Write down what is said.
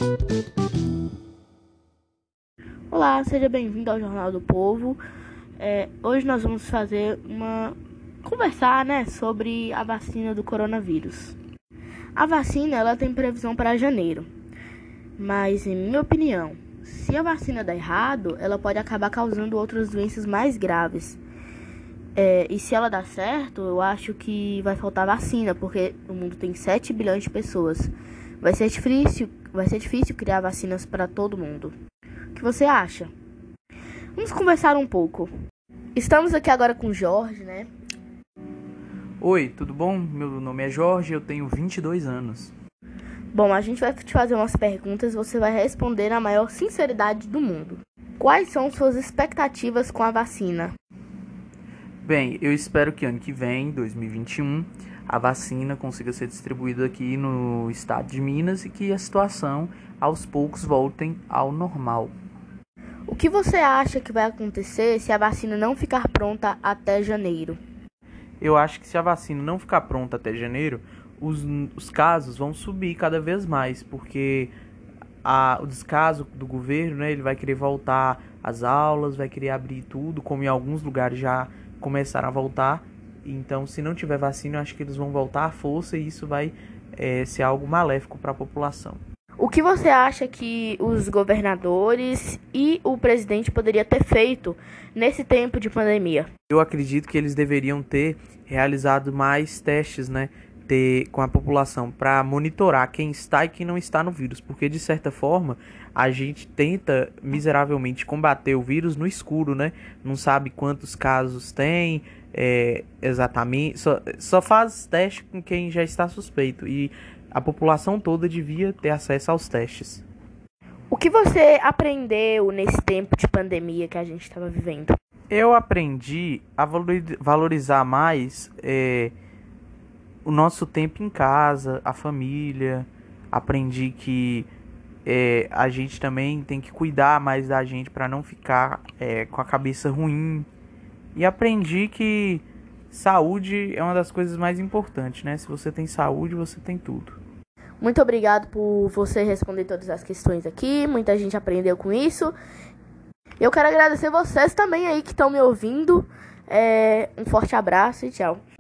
Olá, seja bem-vindo ao Jornal do Povo. Hoje nós vamos conversar, sobre a vacina do coronavírus. A vacina ela tem previsão para janeiro, mas em minha opinião, se a vacina der errado, ela pode acabar causando outras doenças mais graves. E se ela dar certo, eu acho que vai faltar vacina, porque o mundo tem 7 bilhões de pessoas. Vai ser difícil criar vacinas para todo mundo. O que você acha? Vamos conversar um pouco. Estamos aqui agora com o Jorge, né? Oi, tudo bom? Meu nome é Jorge, eu tenho 22 anos. Bom, a gente vai te fazer umas perguntas e você vai responder na maior sinceridade do mundo. Quais são suas expectativas com a vacina? Bem, eu espero que ano que vem, 2021, a vacina consiga ser distribuída aqui no estado de Minas e que a situação aos poucos voltem ao normal. O que você acha que vai acontecer se a vacina não ficar pronta até janeiro? Eu acho que se a vacina não ficar pronta até janeiro, os casos vão subir cada vez mais, porque o descaso do governo, né, ele vai querer voltar às aulas, vai querer abrir tudo, como em alguns lugares já começaram a voltar. Então, se não tiver vacina, eu acho que eles vão voltar à força e isso vai ser algo maléfico para a população. O que você acha que os governadores e o presidente poderiam ter feito nesse tempo de pandemia? Eu acredito que eles deveriam ter realizado mais testes, né, com a população para monitorar quem está e quem não está no vírus, porque de certa forma a gente tenta miseravelmente combater o vírus no escuro, né? Não sabe quantos casos tem exatamente, só faz teste com quem já está suspeito e a população toda devia ter acesso aos testes. O que você aprendeu nesse tempo de pandemia que a gente estava vivendo? Eu aprendi a valorizar mais o nosso tempo em casa, a família. Aprendi que a gente também tem que cuidar mais da gente para não ficar com a cabeça ruim. E aprendi que saúde é uma das coisas mais importantes, né? Se você tem saúde, você tem tudo. Muito obrigado por você responder todas as questões aqui. Muita gente aprendeu com isso. Eu quero agradecer vocês também aí que estão me ouvindo. Um forte abraço e tchau.